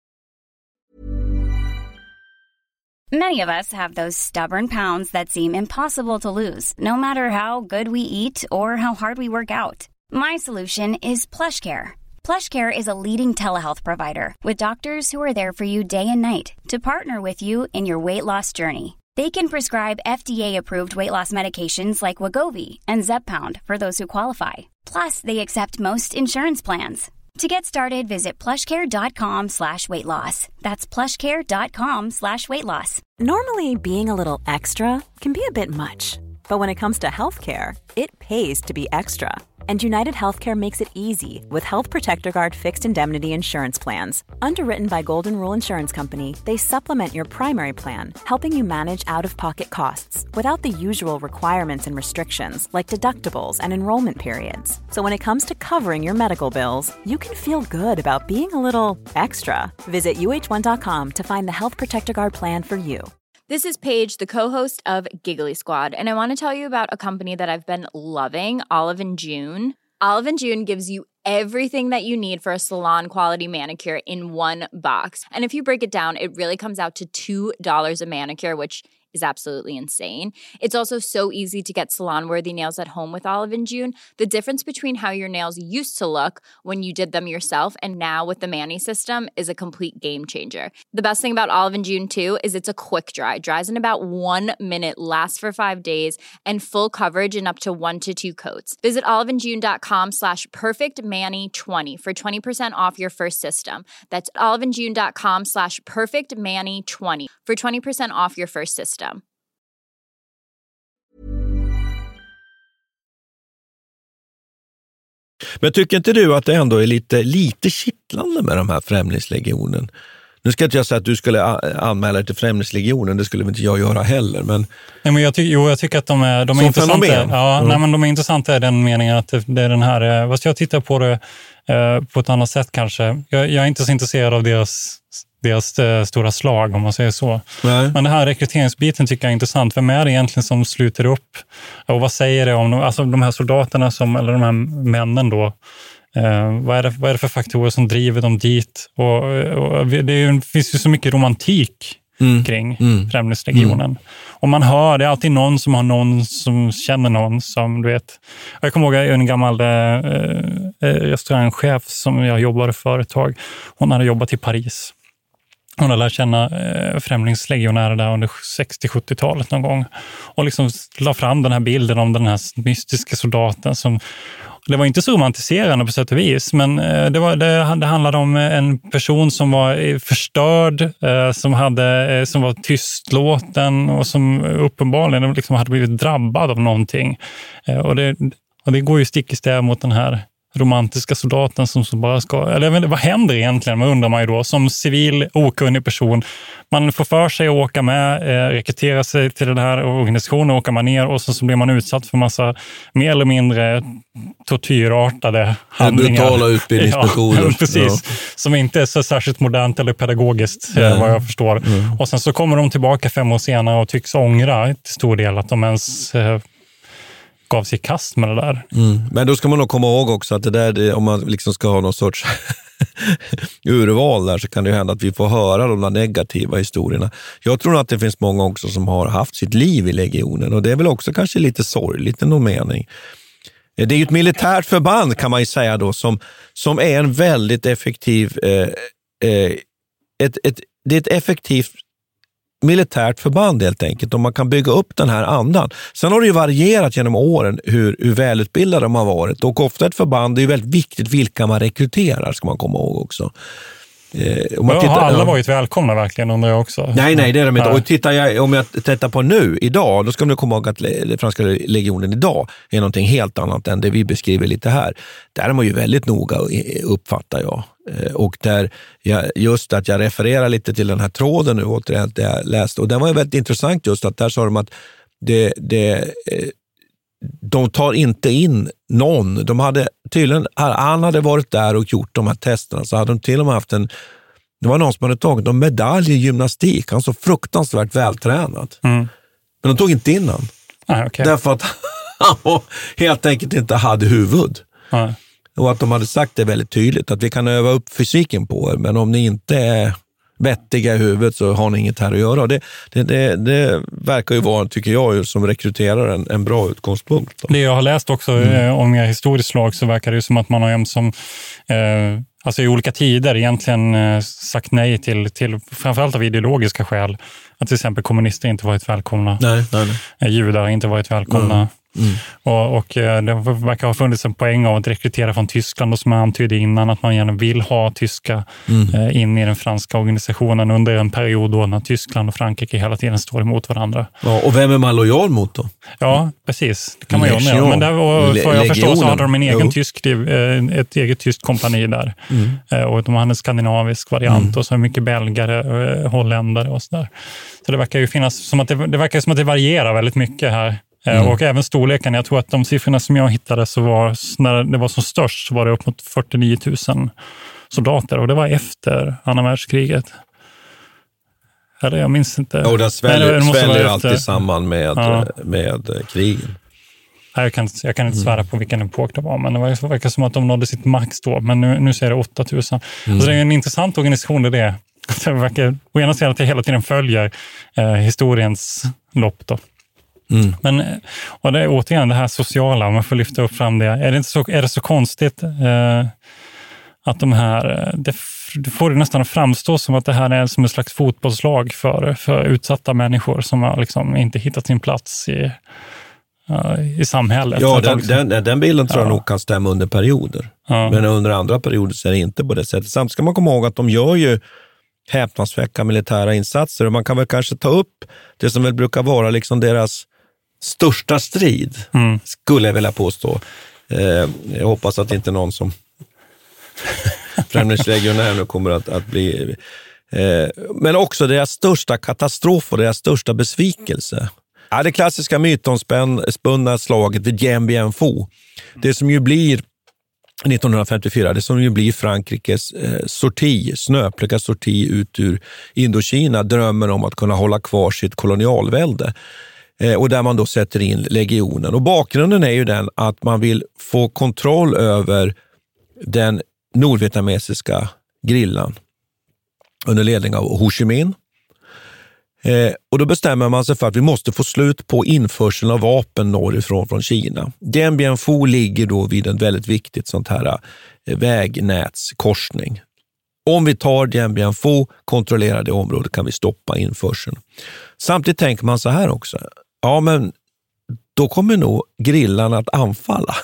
Many of us have those stubborn pounds that seem impossible to lose, no matter how good we eat or how hard we work out. My solution is PlushCare. PlushCare is a leading telehealth provider with doctors who are there for you day and night to partner with you in your weight loss journey. They can prescribe F D A-approved weight loss medications like Wegovy and Zepbound for those who qualify. Plus, they accept most insurance plans. To get started, visit plushcare.com slash weight loss. That's plushcare.com slash weight loss. Normally, being a little extra can be a bit much. But when it comes to healthcare, it pays to be extra. And United Healthcare makes it easy with Health Protector Guard fixed indemnity insurance plans. Underwritten by Golden Rule Insurance Company, they supplement your primary plan, helping you manage out-of-pocket costs without the usual requirements and restrictions like deductibles and enrollment periods. So when it comes to covering your medical bills, you can feel good about being a little extra. Visit U H one dot com to find the Health Protector Guard plan for you. This is Paige, the co-host of Giggly Squad, and I want to tell you about a company that I've been loving, Olive and June. Olive and June gives you everything that you need for a salon-quality manicure in one box. And if you break it down, it really comes out to two dollars a manicure, which is absolutely insane. It's also so easy to get salon-worthy nails at home with Olive and June. The difference between how your nails used to look when you did them yourself and now with the Mani system is a complete game changer. The best thing about Olive and June too is it's a quick dry. Dries in about one minute, lasts for five days, and full coverage in up to one to two coats. Visit oliveandjune.com slash perfectmani20 for twenty percent off your first system. That's oliveandjune.com slash perfectmani20 for twenty percent off your first system. Men tycker inte du att det ändå är lite, lite kittlande med de här främlingslegionen? Nu ska inte jag säga att du skulle anmäla dig till främlingslegionen, det skulle inte jag göra heller. Men... Nej, men jag, ty- jo, jag tycker att de är, de är intressanta. Ja, mm. nej, men de är intressanta i den meningen att det, det är den här, vad ska jag titta på det eh, på ett annat sätt kanske. Jag, jag är inte så intresserad av deras, deras eh, stora slag om man säger så. Nej. Men den här rekryteringsbiten tycker jag är intressant. Vem är det egentligen som sluter upp? Och vad säger det om de, alltså de här soldaterna som, eller de här männen då? Eh, vad, är det, vad är det för faktorer som driver dem dit? Och, och det, är, det finns ju så mycket romantik mm. kring mm. Främlingslegionen. Mm. Och man hör, det är alltid någon som har någon som känner någon som du vet. Jag kommer ihåg en gammal eh, restaurangchef som jag jobbade för ett tag. Hon hade jobbat i Paris. Hon hade lärt känna eh, främlingslegionärer där under sextio-sjuttiotalet någon gång. Och liksom la fram den här bilden om den här mystiska soldaten som... Det var inte så romantiserande på sätt och vis, men det, var, det, det handlade om en person som var förstörd, eh, som, hade, eh, som var tystlåten och som uppenbarligen liksom hade blivit drabbad av någonting. Eh, och, det, och det går ju stick i stäv mot den här romantiska soldaten som så bara ska... Eller jag vet inte, vad händer egentligen? Man undrar man ju då. Som civil, okunnig person. Man får för sig att åka med, eh, rekrytera sig till den här organisationen, åker man ner och så, så blir man utsatt för massa mer eller mindre tortyrartade handlingar. Brutala utbildningsmetoder. Ja, precis. Ja. Som inte är så särskilt modernt eller pedagogiskt, ja. vad jag förstår. Mm. Och sen så kommer de tillbaka fem år senare och tycks ångra till stor del att de ens... Eh, gav sig i kast med det där. Mm. Men då ska man nog komma ihåg också att det där, det, om man liksom ska ha någon sorts urval där, så kan det ju hända att vi får höra de där negativa historierna. Jag tror att det finns många också som har haft sitt liv i legionen, och det är väl också kanske lite sorgligt i någon mening. Det är ju ett militärt förband, kan man ju säga då, som, som är en väldigt effektiv eh, eh, ett, ett, det är ett effektivt militärt förband helt enkelt, om man kan bygga upp den här andan. Sen har det ju varierat genom åren hur, hur välutbildade de har varit, och ofta ett förband är ju väldigt viktigt vilka man rekryterar, ska man komma ihåg också. Eh, om man tittar, har alla ja. varit välkomna verkligen, undrar jag också? Nej, nej, det är de inte. Och tittar jag, om jag tittar på nu, idag, då ska man komma ihåg att le, franska legionen idag är någonting helt annat än det vi beskriver lite här. Där är man ju väldigt noga, uppfattar jag. Och där jag, just att jag refererar lite till den här tråden nu återigen det jag läste, och den var ju väldigt intressant, just att där sa de att det, det, de tar inte in någon. De hade tydligen, han hade varit där och gjort de här testerna, så hade de till och med haft en, det var någon som hade tagit en medalj i gymnastik, han så fruktansvärt vältränad. Mm. Men de tog inte in han. Ah, okay. Därför att han helt enkelt inte hade huvud. Ah. Och att de hade sagt det väldigt tydligt, att vi kan öva upp fysiken på er, men om ni inte är vettiga i huvudet så har ni inget här att göra. Och det, det, det, det verkar ju vara, tycker jag, som rekryterar en, en bra utgångspunkt. Då. Det jag har läst också mm. eh, om er historiskt slag, så verkar det ju som att man har en som eh, alltså i olika tider egentligen eh, sagt nej till, till framförallt av ideologiska skäl. Att till exempel kommunister inte varit välkomna. Nej, nej, nej. Eh, judar inte varit välkomna. Mm. Mm. Och, och det verkar ha funnits en poäng av att rekrytera från Tyskland, och som jag antydde innan, att man gärna vill ha tyska mm. eh, in i den franska organisationen under en period då när Tyskland och Frankrike hela tiden står emot varandra. Ja, och vem är man lojal mot då? Ja, precis. Det kan man göra. Ja. Men där, och, för jag förstår så hade de en egen tysk, ett eget tyskt kompani där. Mm. Och de hade en skandinavisk variant mm. och så mycket belgare, holländare och sådär. Så det verkar ju finnas som att det, det verkar som att det varierar väldigt mycket här. Mm. Och även storleken. Jag tror att de siffrorna som jag hittade, så var, när det var som störst, så var det upp mot fyrtionio tusen soldater. Och det var efter andra världskriget. Eller jag minns inte. Ja, och den sväller, sväller alltid samman med, ja. med krigen. Jag kan, jag kan inte svära på vilken epok det var, men det verkar som att de nådde sitt max då. Men nu, nu ser det åtta tusen. Mm. Så det är en intressant organisation det är. Det verkar å ena sidan att det hela tiden följer eh, historiens lopp då. Mm. Men, och det är återigen det här sociala, man får lyfta upp fram det. Är det, inte så, är det så konstigt eh, att de här, det, det får det nästan att framstå som att det här är som ett slags fotbollslag för, för utsatta människor som har liksom inte hittat sin plats i, uh, i samhället. Ja, den, liksom, den, den bilden tror jag ja. nog kan stämma under perioder. Ja. Men under andra perioder så är det inte på det sättet. Samtidigt ska man komma ihåg att de gör ju häpnadsväckande militära insatser, och man kan väl kanske ta upp det som väl brukar vara liksom deras största strid, mm. skulle jag vilja påstå. Eh, jag hoppas att inte någon som främlingslegionär nu kommer att, att bli... Eh, men också deras största katastrof och deras största besvikelse. Ja, det klassiska mytomspunna slaget vid Dien Bien Phu. Det som ju blir nittonhundrafemtiofyra, det som ju blir Frankrikes eh, sorti, snöpliga sorti ut ur Indokina, drömmen om att kunna hålla kvar sitt kolonialvälde. Och där man då sätter in legionen. Och bakgrunden är ju den att man vill få kontroll över den nordvietnamesiska grillan under ledning av Ho Chi Minh. Eh, och då bestämmer man sig för att vi måste få slut på införseln av vapen norrifrån från Kina. Dien Bien Phu ligger då vid en väldigt viktigt sånt här eh, vägnätskorsning. Om vi tar Dien Bien Phu, kontrollerar det området, kan vi stoppa införseln. Samtidigt tänker man så här också. Ja, men då kommer nog grillarna att anfalla.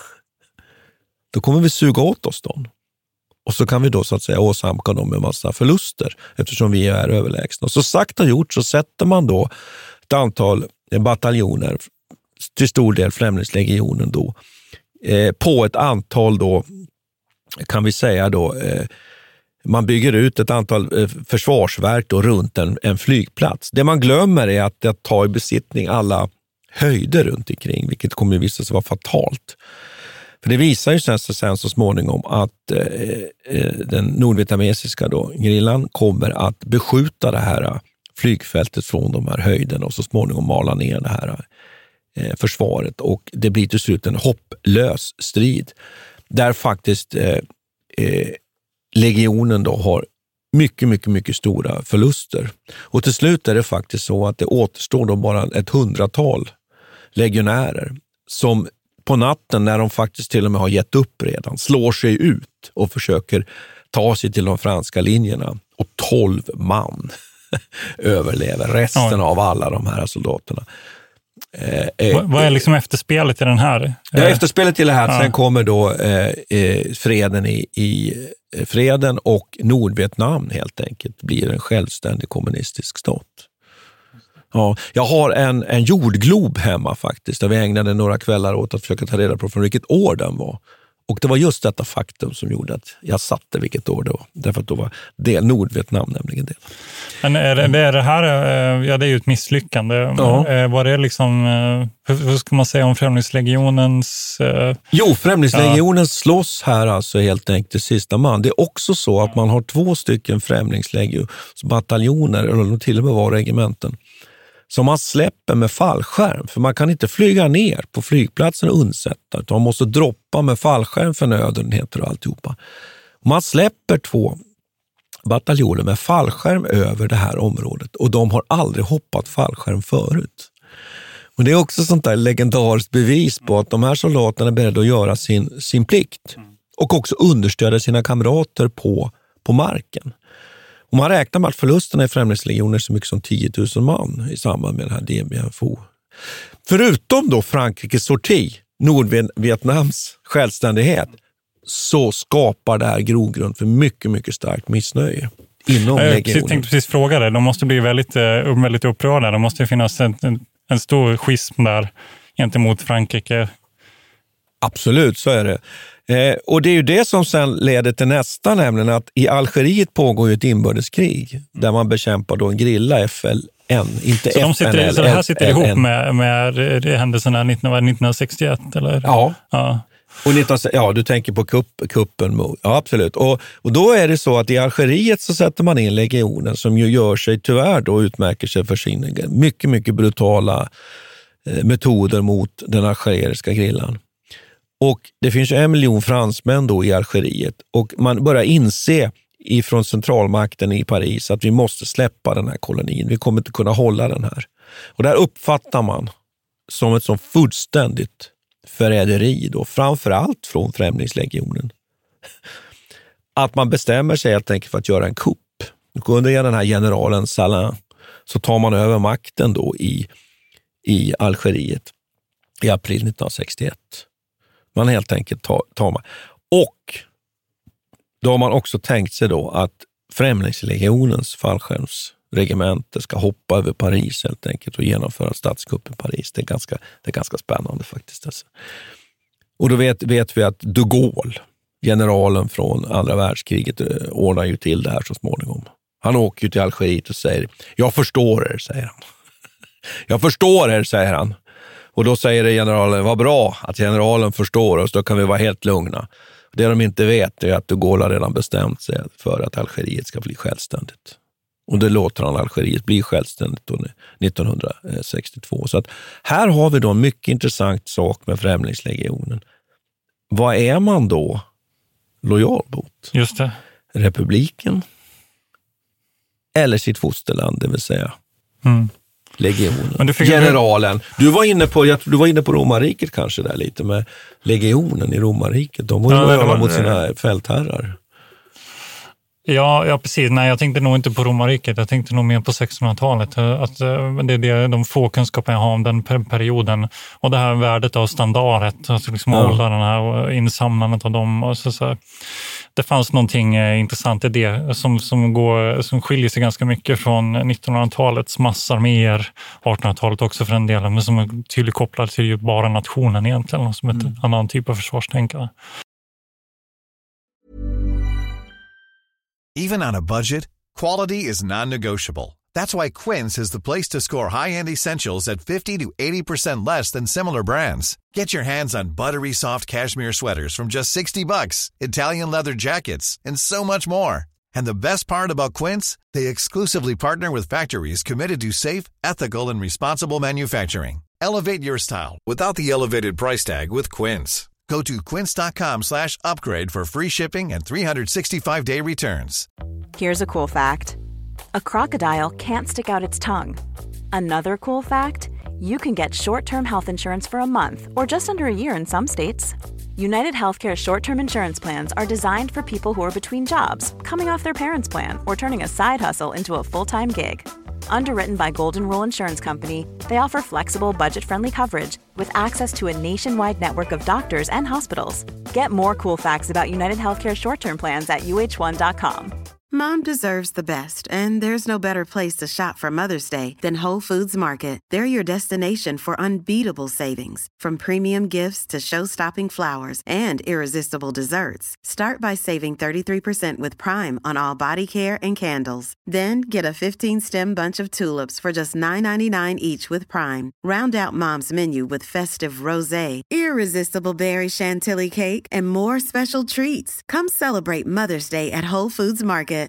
Då kommer vi suga åt oss dem. Och så kan vi då så att säga åsamka dem med massa förluster eftersom vi är överlägsna. Och så sagt och gjort så sätter man då ett antal bataljoner, till stor del främlingslegionen då, eh, på ett antal då kan vi säga då, eh, man bygger ut ett antal eh, försvarsverk då runt en, en flygplats. Det man glömmer är att, att ta i besittning alla höjder runt omkring, vilket kommer att visa sig vara fatalt. För det visar ju sen, sen så småningom att eh, den nordvietnamesiska då, gerillan kommer att beskjuta det här flygfältet från de här höjderna och så småningom mala ner det här eh, försvaret. Och det blir till slut en hopplös strid där faktiskt eh, eh, legionen då har mycket, mycket, mycket stora förluster. Och till slut är det faktiskt så att det återstår då bara ett hundratal legionärer som på natten, när de faktiskt till och med har gett upp redan, slår sig ut och försöker ta sig till de franska linjerna. Och tolv man överlever. Resten ja. av alla de här soldaterna. Eh, eh, Vad är liksom efterspelet i den här? Ja, efterspelet i det här. Ja. Sen kommer då eh, freden i, i freden och Nordvietnam helt enkelt blir en självständig kommunistisk stat. Ja, jag har en, en jordglob hemma faktiskt, där vi ägnade några kvällar åt att försöka ta reda på från vilket år den var. Och det var just detta faktum som gjorde att jag satte vilket år det var. Därför att då var det Nordvietnam nämligen det. Men är det, det, är det här, ja det är ju ett misslyckande. Ja. Var det liksom, hur ska man säga om Främlingslegionens... Jo, Främlingslegionen ja. slåss här alltså helt enkelt till sista man. Det är också så att man har två stycken Främlingslegionsbataljoner, eller till och med var regementen, som man släpper med fallskärm. För man kan inte flyga ner på flygplatsen och undsätta, utan man måste droppa med fallskärm för nödenheter och alltihopa. Man släpper två bataljoner med fallskärm över det här området och de har aldrig hoppat fallskärm förut. Och det är också sånt där legendariskt bevis på att de här soldaterna är beredda att göra sin, sin plikt och också understödja sina kamrater på, på marken. Och man räknar med att förlusterna i Främlingslegioner är så mycket som tio tusen man i samband med den här D B F O. Förutom då Frankrikes sorti, Nordvietnams självständighet, så skapar det här grogrund för mycket, mycket starkt missnöje inom jag legionen. Jag tänkte precis fråga det. De måste bli väldigt, väldigt upprörda. Det måste finnas en, en, en stor schism där gentemot Frankrike. Absolut, så är det. Eh, och det är ju det som sen leder till nästa, nämligen att i Algeriet pågår ju ett inbördeskrig där man bekämpar då en grilla F L N, inte så F N L. De sitter, så det här sitter ihop med, med händelserna nittonhundrasextioett, eller? Ja. Ja. Och nitton, ja, du tänker på kupp, kuppen mot. Ja, absolut. Och, och då är det så att i Algeriet så sätter man in legionen som ju gör sig tyvärr då utmärker sig för sin mycket, mycket brutala eh, metoder mot den algeriska grillan. Och det finns ju en miljon fransmän då i Algeriet och man börjar inse ifrån centralmakten i Paris att vi måste släppa den här kolonin. Vi kommer inte kunna hålla den här. Och där uppfattar man som ett så fullständigt förräderi då, framförallt från Främlingslegionen, att man bestämmer sig helt enkelt för att göra en kupp. Under den här generalen Salin så tar man över makten då i, i Algeriet i april nittonhundrasextioett. Man helt enkelt tar, tar man. Och då har man också tänkt sig då att Främlingslegionens fallskärmsregemente ska hoppa över Paris helt enkelt och genomföra statskupp i Paris. Det är ganska, det är ganska spännande faktiskt. Alltså. Och då vet, vet vi att de Gaulle, generalen från andra världskriget, ordnar ju till det här så småningom. Han åker ju till Algeriet och säger, jag förstår er, säger han. Jag förstår er, säger han. Och då säger generalen, vad bra att generalen förstår oss, då kan vi vara helt lugna. Det de inte vet är att de Gaulle har redan bestämt sig för att Algeriet ska bli självständigt. Och det låter han Algeriet bli självständigt då nittonhundrasextiotvå. Så att här har vi då en mycket intressant sak med Främlingslegionen. Vad är man då lojal mot? Just det. Republiken eller sitt fosterland, det vill säga mm. legionen. Generalen. Du var inne på jag, du var inne på romarriket kanske där lite med legionen i romarriket. De var ju ja, lojala mot sina fältherrar. Ja, ja, precis. Nej, jag tänkte nog inte på romarriket. Jag tänkte nog mer på sextonhundratalet. Att det är det, de få kunskaper jag har om den perioden. Och det här värdet av standardet. Alltså liksom ja. hålla den här insamlandet av dem. Och så, så. Det fanns någonting intressant i det som, som, går, som skiljer sig ganska mycket från nittonhundratalets massarméer, artonhundratalet också för en del, men som är tydligt kopplad till ju bara nationen egentligen, som ett mm. annan typ av försvarstänkare. Even on a budget, quality is non-negotiable. That's why Quince is the place to score high-end essentials at fifty to eighty percent less than similar brands. Get your hands on buttery soft cashmere sweaters from just sixty bucks, Italian leather jackets, and so much more. And the best part about Quince, they exclusively partner with factories committed to safe, ethical, and responsible manufacturing. Elevate your style without the elevated price tag with Quince. Go to quince.com slash upgrade for free shipping and three sixty-five day returns. Here's a cool fact. A crocodile can't stick out its tongue. Another cool fact, you can get short-term health insurance for a month or just under a year in some states. United Healthcare short-term insurance plans are designed for people who are between jobs, coming off their parents' plan, or turning a side hustle into a full-time gig. Underwritten by Golden Rule Insurance Company, they offer flexible, budget-friendly coverage with access to a nationwide network of doctors and hospitals. Get more cool facts about United Healthcare short-term plans at U H one dot com. Mom deserves the best, and there's no better place to shop for Mother's Day than Whole Foods Market. They're your destination for unbeatable savings, from premium gifts to show-stopping flowers and irresistible desserts. Start by saving thirty-three percent with Prime on all body care and candles. Then get a fifteen-stem bunch of tulips for just nine ninety-nine each with Prime. Round out Mom's menu with festive rosé, irresistible berry chantilly cake, and more special treats. Come celebrate Mother's Day at Whole Foods Market.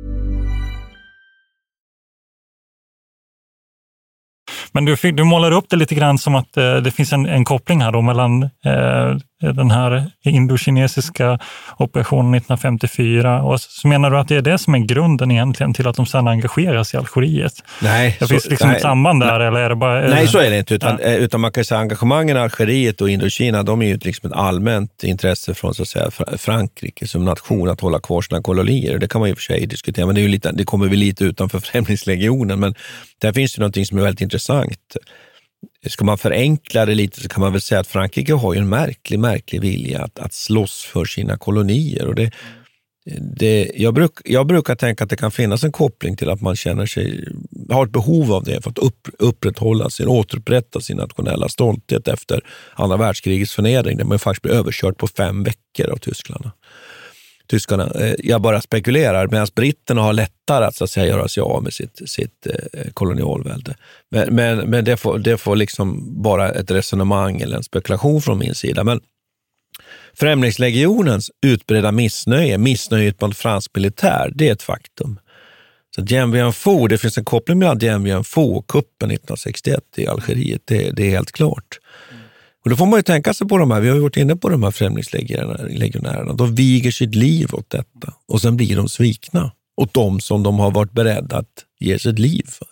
Men du, du målar upp det lite grann som att eh, det finns en, en koppling här då mellan eh, den här indokinesiska operationen nittonhundrafemtiofyra och så menar du att det är det som är grunden egentligen till att de sedan engageras i Algeriet? Nej. Det så, finns liksom nej, ett samband där nej, eller är det bara... Är nej, det, så är det inte. Utan, ja. utan man kan säga engagemangen i Algeriet och Indokina, de är ju liksom ett allmänt intresse från så att säga Frankrike som nation att hålla kvar sina kolonier. Det kan man ju för sig diskutera, men det, är ju lite, det kommer väl lite utanför Främlingslegionen. Men där finns ju någonting som är väldigt intressant. Ska man förenkla det lite så kan man väl säga att Frankrike har ju en märklig, märklig vilja att, att slåss för sina kolonier. Och det, det, jag, bruk, jag brukar tänka att det kan finnas en koppling till att man känner sig, har ett behov av det för att upp, upprätthålla sin, återupprätta sin nationella stolthet efter andra världskrigets förnedring, där man faktiskt blev överkört på fem veckor av tyskarna. Tyskarna, jag bara spekulerar, medan britterna har lättare att, så att säga, göra sig av med sitt, sitt eh, kolonialvälde. Men, men, men det, får, det får liksom bara ett resonemang eller en spekulation från min sida. Men Främlingslegionens utbredda missnöje, missnöjet mot fransk militär, det är ett faktum. Så Dien Bien Phu, det finns en koppling mellan Dien Bien Phu och kuppen nittonhundrasextioett i Algeriet, det, det är helt klart. Och då får man ju tänka sig på de här, vi har ju varit inne på de här främlingslegionärerna, de viger sitt liv åt detta och sen blir de svikna åt de som de har varit beredda att ge sitt liv för.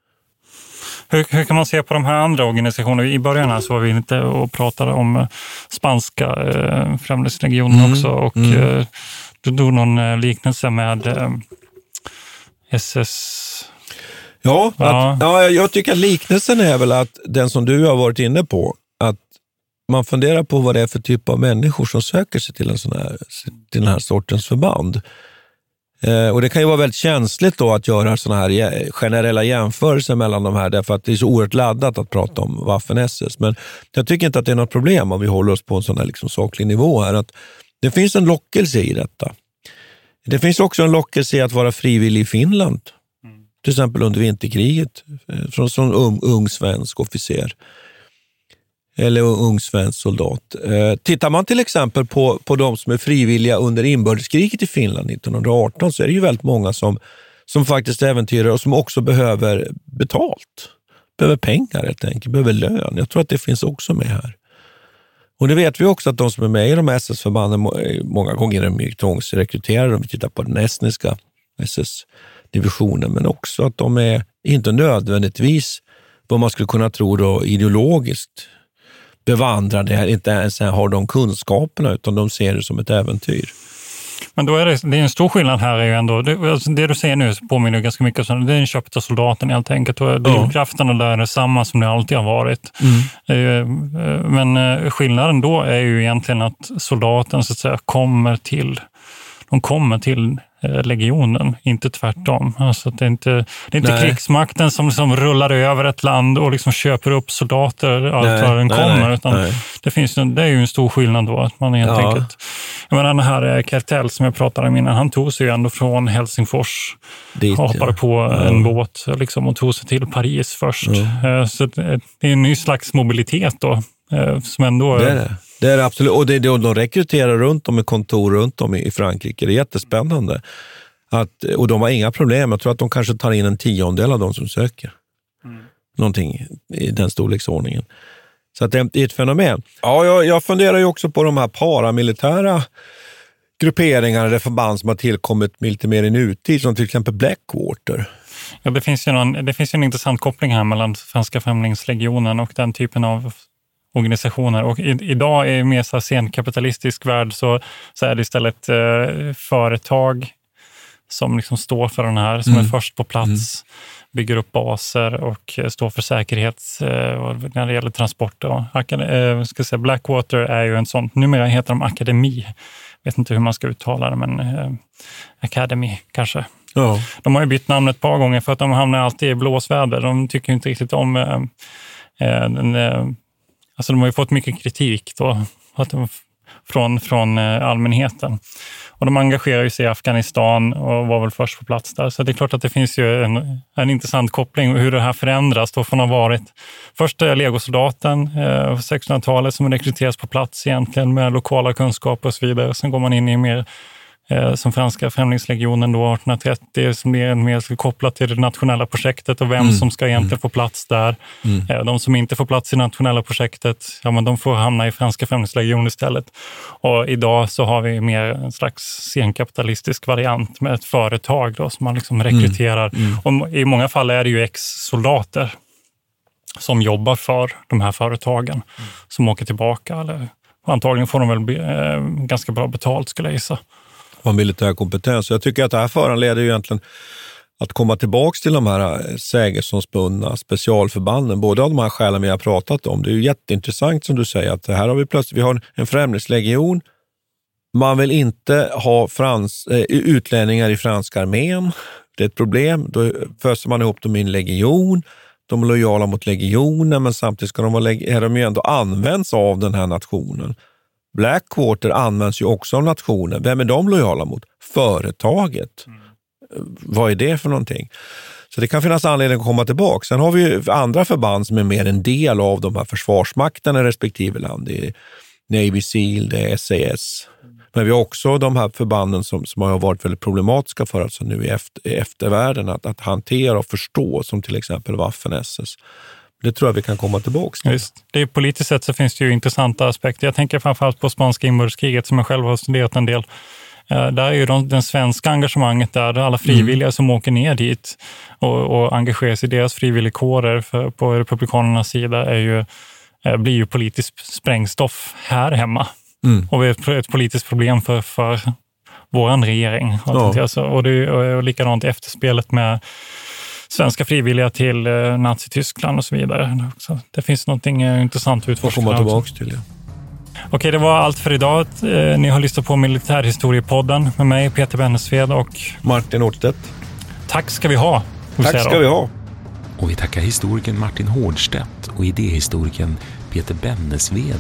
Hur, hur kan man se på de här andra organisationerna? I början här så var vi inte och pratade om spanska eh, främlingslegionen mm, också och mm. eh, du drog någon liknelse med eh, S S... Ja, ja. Att, ja, jag tycker att liknelsen är väl att den som du har varit inne på, att man funderar på vad det är för typ av människor som söker sig till en sån här, till den här sortens förband. Eh, och det kan ju vara väldigt känsligt då att göra såna här generella jämförelser mellan de här, därför att det är så oerhört laddat att prata om Waffen-S S. Men jag tycker inte att det är något problem om vi håller oss på en sån här liksom saklig nivå här. Att det finns en lockelse i detta. Det finns också en lockelse i att vara frivillig i Finland. Mm. Till exempel under vinterkriget. Från som ung, ung svensk officer. Eller ung svensk soldat. Eh, tittar man till exempel på, på de som är frivilliga under inbördeskriget i Finland nittonhundraarton, så är det ju väldigt många som, som faktiskt äventyrar och som också behöver betalt. Behöver pengar helt enkelt, behöver lön. Jag tror att det finns också med här. Och det vet vi också att de som är med i de S S-förbanden många gånger är mycket tvångsrekryterade. Om vi tittar på den estniska S S-divisionen, men också att de är inte nödvändigtvis vad man skulle kunna tro då ideologiskt bevandrade, inte ens har de kunskaperna utan de ser det som ett äventyr. Men då är det, det är en stor skillnad här är ju ändå, det, alltså det du säger nu påminner ganska mycket om, det är en köpta soldaten helt enkelt och drivkrafterna ja. Där är samma som det alltid har varit. Mm. Men skillnaden då är ju egentligen att soldaten så att säga kommer till, de kommer till legionen, inte tvärtom. Alltså det är inte, det är inte krigsmakten som, som rullar över ett land och liksom köper upp soldater allt nej, vad den nej, kommer. Nej, utan nej. Det, finns, det är ju en stor skillnad då. Att man helt ja. enkelt, jag menar, den här Kertel som jag pratade om innan, han tog sig ju ändå från Helsingfors dit, hoppade ja. på ja. en båt liksom, och tog sig till Paris först. Ja. Så det är en ny slags mobilitet då. Som ändå det är det. Det är absolut, och det, det, de rekryterar runt om i kontor runt om i Frankrike. Det är jättespännande. Att, och de har inga problem. Jag tror att de kanske tar in en tiondel av de som söker. Mm. Någonting i den storleksordningen. Så att det är ett fenomen. Ja, jag, jag funderar ju också på de här paramilitära grupperingarna eller förband som har tillkommit lite mer i nutid, som till exempel Blackwater. Ja, det finns ju någon, det finns ju en intressant koppling här mellan Franska främlingslegionen och den typen av organisationer. Och i, idag är mer så senkapitalistisk värld så, så är det istället eh, företag som liksom står för den här, som mm. är först på plats, mm. bygger upp baser och eh, står för säkerhet eh, när det gäller transport. Och, eh, ska säga, Blackwater är ju en sån, numera heter de Akademi. Jag vet inte hur man ska uttala det, men eh, Academy kanske. Ja. De har ju bytt namn ett par gånger för att de hamnar alltid i blåsväder. De tycker inte riktigt om eh, eh, den eh, alltså de har ju fått mycket kritik då, från, från allmänheten. Och de engagerar ju sig i Afghanistan och var väl först på plats där. Så det är klart att det finns ju en, en intressant koppling hur det här förändras. Då från att ha varit första legosoldaten eh, på sextonhundratalet som rekryteras på plats egentligen med lokala kunskaper och så vidare. Sen går man in i mer eh, som franska främlingslegionen då arton trettio som är mer kopplat till det nationella projektet och vem mm. som ska egentligen mm. få plats där. Mm. Eh, de som inte får plats i nationella projektet, ja, men de får hamna i franska främlingslegionen istället. Och idag så har vi mer en slags senkapitalistisk variant med ett företag då, som man liksom rekryterar. Mm. Mm. Och i många fall är det ju ex-soldater som jobbar för de här företagen mm. som åker tillbaka. Eller, antagligen får de väl eh, ganska bra betalt skulle jag gissa. Och militär kompetens. Jag tycker att det här föranleder ju egentligen att komma tillbaka till de här sägesomspunna specialförbanden. Både av de här skälen vi har pratat om. Det är ju jätteintressant som du säger att här har vi plötsligt vi har en främlingslegion. Man vill inte ha frans, äh, utlänningar i franska armén. Det är ett problem. Då föser man ihop dem i en legion. De är lojala mot legionen men samtidigt ska de vara, är de ju ändå används av den här nationen. Blackwater används ju också av nationen. Vem är de lojala mot? Företaget. Mm. Vad är det för någonting? Så det kan finnas anledning att komma tillbaka. Sen har vi ju andra förband som är mer en del av de här försvarsmakterna i respektive land. Det är Navy Seal, det är S A S. Mm. Men vi har också de här förbanden som, som har varit väldigt problematiska för oss nu i efter, i eftervärlden att, att hantera och förstå, som till exempel Waffen-S S. Det tror jag vi kan komma tillbaka till. Just. Det är, politiskt sett så finns det ju intressanta aspekter. Jag tänker framförallt på spanska inbördeskriget som jag själv har studerat en del. Eh, där är ju de, den svenska engagemanget där, alla frivilliga mm. som åker ner dit och, och engagerar sig i deras frivilligkårer för, på republikanernas sida är ju, eh, blir ju politiskt sprängstoff här hemma. Mm. Och det är ett politiskt problem för, för våran regering. Ja. Alltså, och det är likadant efterspelet med svenska frivilliga till eh, Nazi-Tyskland och så vidare. Så det finns någonting eh, intressant att utforska. Komma tillbaka till det. Okej, det var allt för idag. Eh, ni har lyssnat på Militärhistoriepodden med mig, Peter Bennesved och Martin Hårdstedt. Tack ska vi ha. Tack ska vi ha. Och vi tackar historikern Martin Hårdstedt och idéhistorikern Peter Bennesved.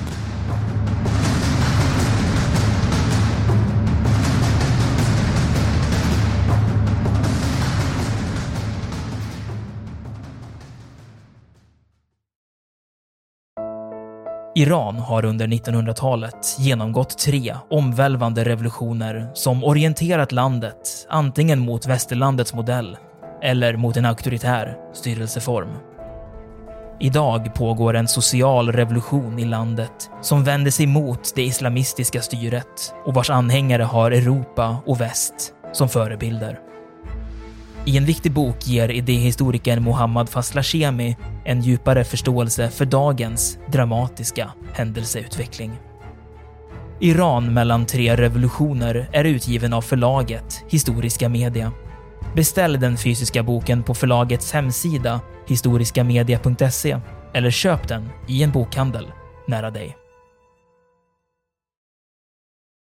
Iran har under nittonhundratalet genomgått tre omvälvande revolutioner som orienterat landet antingen mot västerlandets modell eller mot en auktoritär styrelseform. Idag pågår en social revolution i landet som vänder sig mot det islamistiska styret och vars anhängare har Europa och väst som förebilder. I en viktig bok ger idéhistorikern Mohammad Faslashemi en djupare förståelse för dagens dramatiska händelseutveckling. Iran mellan tre revolutioner är utgiven av förlaget Historiska Media. Beställ den fysiska boken på förlagets hemsida historiskamedia punkt se eller köp den i en bokhandel nära dig.